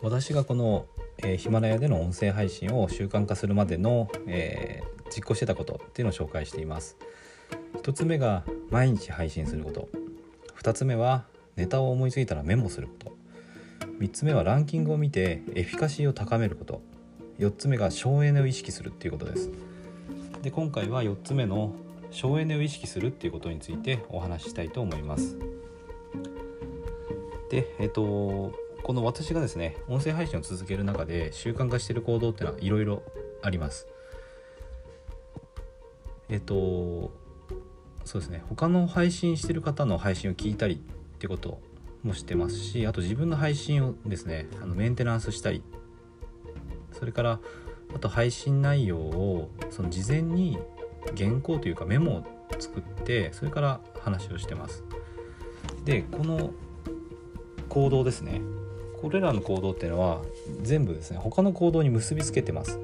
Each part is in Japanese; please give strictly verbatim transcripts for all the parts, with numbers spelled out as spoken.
私がこの、えーヒマラヤでの音声配信を習慣化するまでの、えー実行してたことっていうのを紹介しています。一つ目が毎日配信すること、二つ目はネタを思いついたらメモすること、三つ目はランキングを見てエフィカシーを高めること、四つ目が省エネを意識するっていうことです。で今回はよっつめの省エネを意識するっていうことについてお話ししたいと思います。でえっとこの私がですね音声配信を続ける中で習慣化している行動っていうのはいろいろあります。えっとそうですね他の配信してる方の配信を聞いたりってこともしてますし、あと自分の配信をですねあのメンテナンスしたり、それからあと配信内容をその事前に原稿というかメモを作ってそれから話をしてます。でこの行動ですね、これらの行動っていうのは全部ですね他の行動に結びつけてます。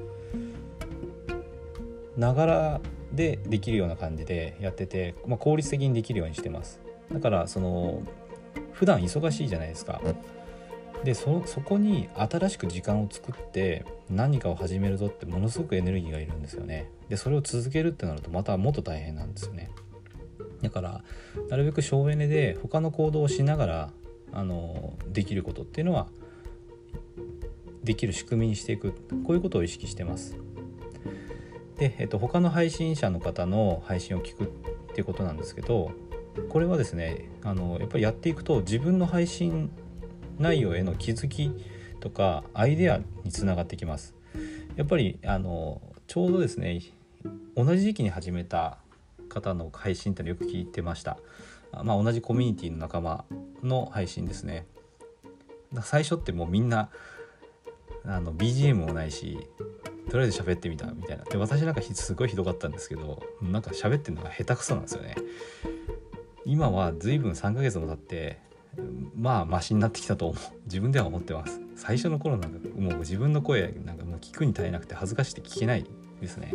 ながらでできるような感じでやってて、まあ、効率的にできるようにしてます。だからその普段忙しいじゃないですか。で そ, そこに新しく時間を作って何かを始めるぞってものすごくエネルギーがいるんですよね。でそれを続けるってなるとまたもっと大変なんですよね。だからなるべく省エネで他の行動をしながらあのできることっていうのはできる仕組みにしていく、こういうことを意識してます。で、えっと、他の配信者の方の配信を聞くっていうことなんですけど、これはですねあのやっぱりやっていくと自分の配信内容への気づきとかアイデアにつながってきます。やっぱりあのちょうどですね同じ時期に始めた方の配信ってのよく聞いてました。まあ同じコミュニティの仲間の配信ですね。最初ってもうみんなあの ビージーエム もないしとりあえず喋ってみたみたいな。で私なんかすごいひどかったんですけど、なんか喋ってるのが下手くそなんですよね。今は随分さんかげつも経ってまあマシになってきたと思う自分では思ってます。最初の頃なんかもう自分の声なんかもう聞くに耐えなくて恥ずかしくて聞けないですね。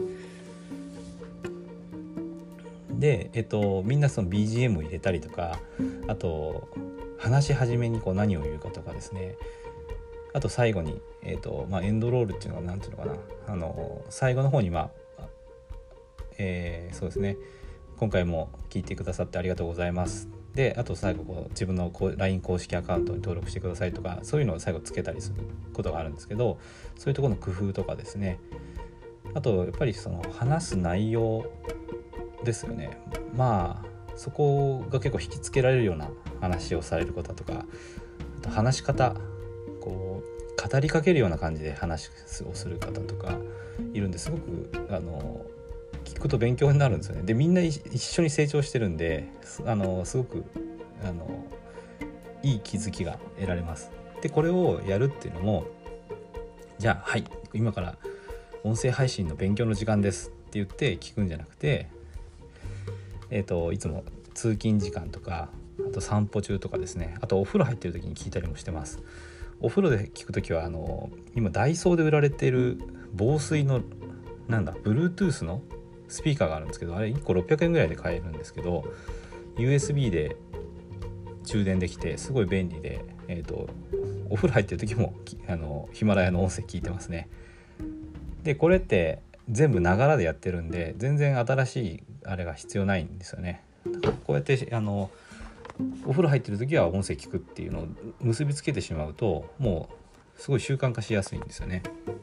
でえっとみんなその ビージーエム を入れたりとか、あと話し始めにこう何を言うかとかですね、あと最後に、えーとまあ、エンドロールっていうのは何ていうのかな、あの最後の方にまあ、えー、そうですね今回も聞いてくださってありがとうございますで、あと最後こう自分のこう ライン 公式アカウントに登録してくださいとか、そういうのを最後つけたりすることがあるんですけど、そういうところの工夫とかですね、あとやっぱりその話す内容ですよね。まあそこが結構引きつけられるような話をされる方とか、あと話し方こう語りかけるような感じで話をする方とかいるんで、すごくあの聞くと勉強になるんですよね。でみんな一緒に成長してるんで、あのすごくあのいい気づきが得られます。でこれをやるっていうのも、じゃあはい今から音声配信の勉強の時間ですって言って聞くんじゃなくて、えーといつも通勤時間とか、あと散歩中とかですね、あとお風呂入ってる時に聞いたりもしてます。お風呂で聞くときはあの今ダイソーで売られている防水のなんだ Bluetooth のスピーカーがあるんですけど、あれいっころっぴゃくえんぐらいで買えるんですけど、 ユーエスビー で充電できてすごい便利で、えーとお風呂入ってる時もあのヒマラヤの音声聞いてますね。でこれって全部ながらでやってるんで全然新しいあれが必要ないんですよね。だからこうやってあのお風呂入ってる時は音声聞くっていうのを結びつけてしまうと、もうすごい習慣化しやすいんですよね。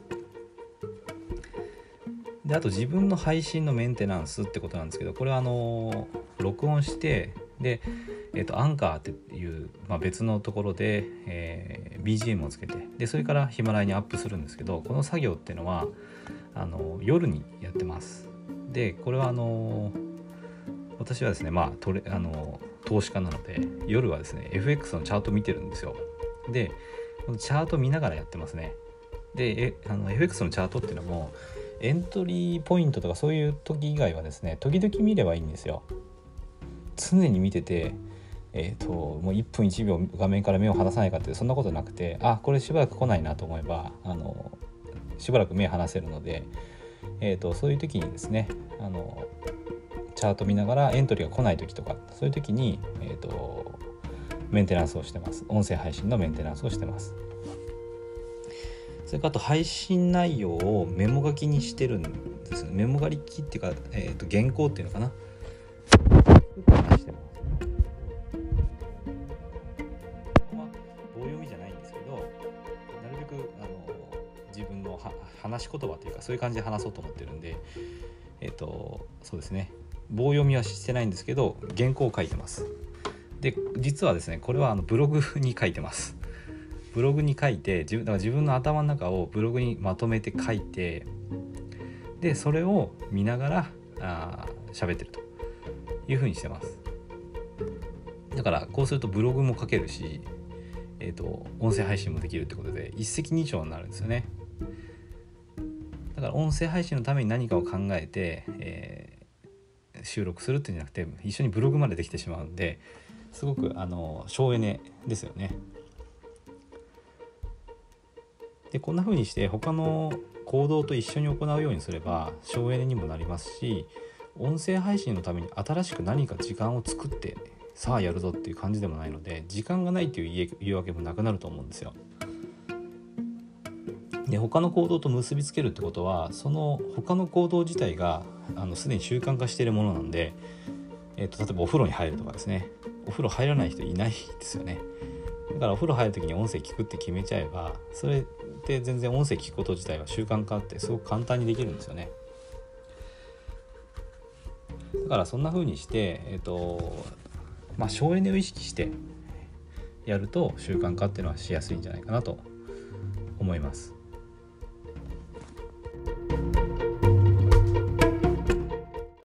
であと自分の配信のメンテナンスってことなんですけど、これはあの録音してで、えーと、アンカーっていう、まあ、別のところで、えー、ビージーエム をつけて、でそれからヒマラヤにアップするんですけど、この作業っていうのはあの夜にやってます。でこれはあの私はですね、まあトレあの投資家なので夜はですね エフエックス のチャート見てるんですよ。でこのチャート見ながらやってますね。でえあの エフエックス のチャートっていうのもエントリーポイントとかそういう時以外はですね時々見ればいいんですよ。常に見ててえーともういっぷんいちびょう画面から目を離さないかってそんなことなくて、あこれしばらく来ないなと思えばあのしばらく目離せるので、えーとそういう時にですねあのチャート見ながらエントリーが来ない時とか、そういう時に、えーとメンテナンスをしてます。音声配信のメンテナンスをしてます。 それからあと配信内容をメモ書きにしてるんですね。メモ書きっていうか、えー、と原稿っていうのかな、話してます。まあ、棒読みじゃないんですけど、なるべくあの自分のは話し言葉というかそういう感じで話そうと思ってるんで、えっ、ー、とそうですね、棒読みはしてないんですけど原稿を書いてます。で実はですね、これはあのブログに書いてます。ブログに書いて、自分だから自分の頭の中をブログにまとめて書いて、でそれを見ながらあ喋ってるという風にしてます。だからこうするとブログも書けるし、えーと、音声配信もできるってことで一石二鳥になるんですよね。だから音声配信のために何かを考えて、えー、収録するっていうんじゃなくて、一緒にブログまでできてしまうんで、すごくあの省エネですよね。でこんな風にして他の行動と一緒に行うようにすれば省エネにもなりますし、音声配信のために新しく何か時間を作ってさあやるぞっていう感じでもないので、時間がないという言い訳もなくなると思うんですよ。で他の行動と結びつけるってことは、その他の行動自体があのすでに習慣化しているものなんで、えーと、例えばお風呂に入るとかですね、お風呂入らない人いないですよね。だからお風呂入るときに音声聞くって決めちゃえば、それって全然音声聞くこと自体は習慣化ってすごく簡単にできるんですよね。だからそんな風にして、えっとまあ、省エネを意識してやると習慣化っていうのはしやすいんじゃないかなと思います。